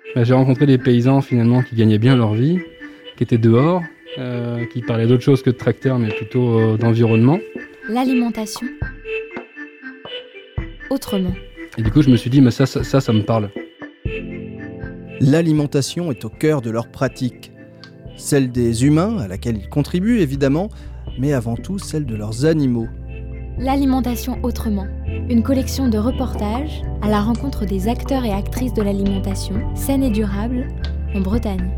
J'ai rencontré des paysans finalement qui gagnaient bien leur vie, qui étaient dehors, qui parlaient d'autre chose que de tracteurs, mais plutôt d'environnement. L'alimentation autrement. Et du coup, je me suis dit, mais ça me parle. L'alimentation est au cœur de leur pratique. Celle des humains, à laquelle ils contribuent évidemment, mais avant tout celle de leurs animaux. L'alimentation autrement. Une collection de reportages à la rencontre des acteurs et actrices de l'alimentation, saine et durable, en Bretagne.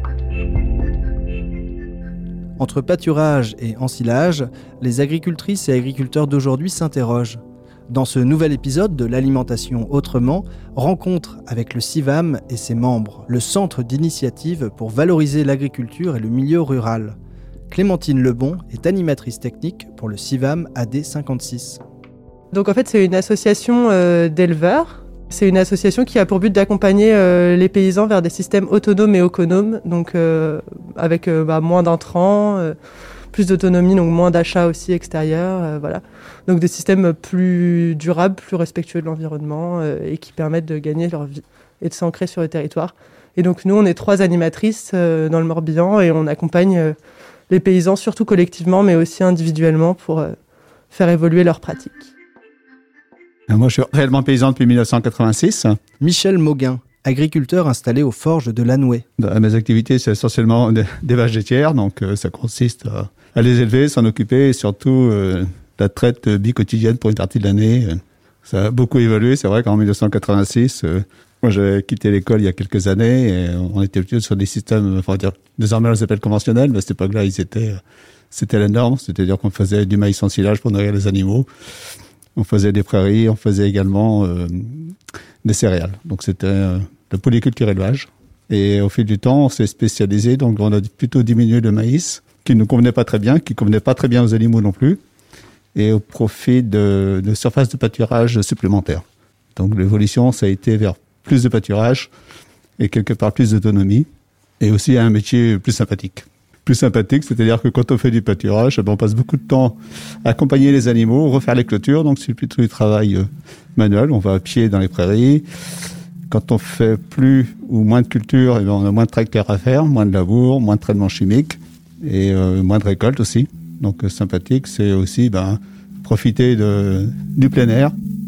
Entre pâturage et ensilage, les agricultrices et agriculteurs d'aujourd'hui s'interrogent. Dans ce nouvel épisode de l'alimentation autrement, rencontre avec le CIVAM et ses membres, le centre d'initiative pour valoriser l'agriculture et le milieu rural. Clémentine Lebon est animatrice technique pour le CIVAM AD56. Donc en fait, c'est une association d'éleveurs. C'est une association qui a pour but d'accompagner les paysans vers des systèmes autonomes et économes, donc avec moins d'intrants, plus d'autonomie, donc moins d'achats aussi extérieurs, voilà. Donc des systèmes plus durables, plus respectueux de l'environnement et qui permettent de gagner leur vie et de s'ancrer sur le territoire. Et donc nous, on est 3 animatrices dans le Morbihan et on accompagne les paysans, surtout collectivement, mais aussi individuellement pour faire évoluer leurs pratiques. Moi, je suis réellement paysan depuis 1986. Michel Mauguin, agriculteur installé aux forges de Lanouet. Mes activités, c'est essentiellement des vaches laitières, donc ça consiste à les élever, s'en occuper et surtout la traite bi-quotidienne pour une partie de l'année. Ça a beaucoup évolué, c'est vrai qu'en 1986, moi j'avais quitté l'école il y a quelques années et on était plutôt sur des systèmes, enfin dire, désormais on les appelle conventionnels, mais à cette époque-là, c'était la norme, c'est-à-dire qu'on faisait du maïs en silage pour nourrir les animaux. On faisait des prairies, on faisait également des céréales. Donc c'était la polyculture élevage. Et au fil du temps, on s'est spécialisé. Donc on a plutôt diminué le maïs, qui ne convenait pas très bien, qui ne convenait pas très bien aux animaux non plus, et au profit de surfaces de pâturage supplémentaires. Donc l'évolution, ça a été vers plus de pâturage et quelque part plus d'autonomie, et aussi un métier plus sympathique. Plus sympathique, c'est-à-dire que quand on fait du pâturage, on passe beaucoup de temps à accompagner les animaux, refaire les clôtures, donc c'est plutôt du travail manuel, on va à pied dans les prairies. Quand on fait plus ou moins de culture, on a moins de tracteurs à faire, moins de labour, moins de traitements chimiques et moins de récoltes aussi. Donc sympathique, c'est aussi profiter du plein air.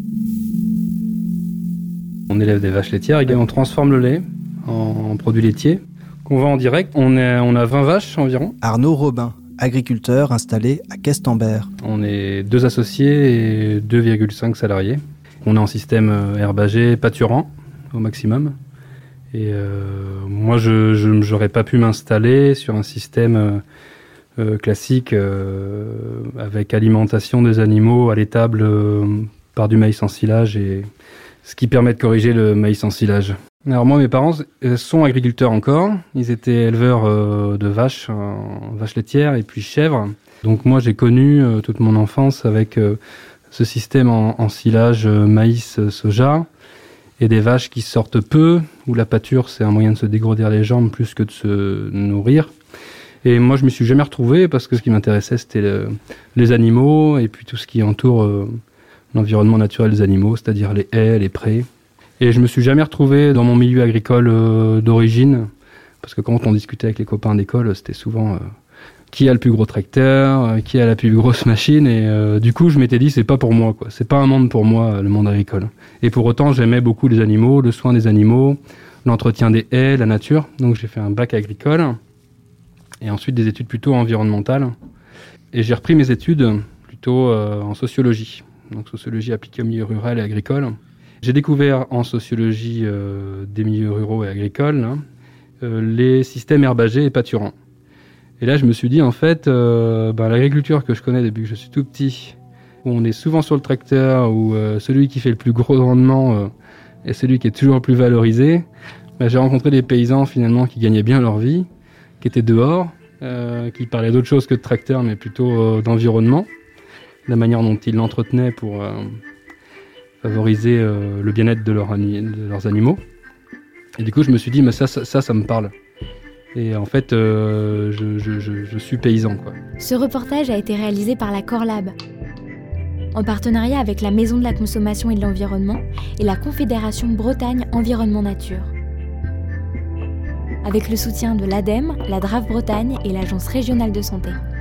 On élève des vaches laitières et on transforme le lait en produits laitiers qu'on vend en direct. On a 20 vaches environ. Arnaud Robin, agriculteur installé à Questembert. On est 2 associés et 2,5 salariés. On est en système herbagé pâturant au maximum. Et moi, je n'aurais pas pu m'installer sur un système classique avec alimentation des animaux à l'étable par du maïs en silage, et ce qui permet de corriger le maïs en silage. Alors moi, mes parents sont agriculteurs encore. Ils étaient éleveurs de vaches laitières et puis chèvres. Donc moi, j'ai connu toute mon enfance avec ce système en silage maïs, soja, et des vaches qui sortent peu, où la pâture, c'est un moyen de se dégourdir les jambes plus que de se nourrir. Et moi, je m'y suis jamais retrouvé parce que ce qui m'intéressait, c'était les animaux et puis tout ce qui entoure l'environnement naturel des animaux, c'est-à-dire les haies, les prés. Et je me suis jamais retrouvé dans mon milieu agricole d'origine, parce que quand on discutait avec les copains d'école, c'était souvent qui a le plus gros tracteur, qui a la plus grosse machine, et du coup je m'étais dit c'est pas pour moi, quoi. C'est pas un monde pour moi, le monde agricole. Et pour autant j'aimais beaucoup les animaux, le soin des animaux, l'entretien des haies, la nature. Donc j'ai fait un bac agricole et ensuite des études plutôt environnementales. Et j'ai repris mes études plutôt en sociologie, donc sociologie appliquée au milieu rural et agricole. J'ai découvert en sociologie des milieux ruraux et agricoles les systèmes herbagés et pâturants. Et là, je me suis dit, en fait, l'agriculture que je connais depuis que je suis tout petit, où on est souvent sur le tracteur, où celui qui fait le plus gros rendement est celui qui est toujours le plus valorisé, j'ai rencontré des paysans finalement qui gagnaient bien leur vie, qui étaient dehors, qui parlaient d'autre chose que de tracteur, mais plutôt d'environnement, la manière dont ils l'entretenaient pour favoriser le bien-être de leurs animaux. Et du coup, je me suis dit, mais ça me parle. Et en fait, je suis paysan, quoi. Ce reportage a été réalisé par la Corlab, en partenariat avec la Maison de la Consommation et de l'Environnement et la Confédération Bretagne Environnement Nature. avec le soutien de l'ADEME, la DRAF Bretagne et l'Agence régionale de santé.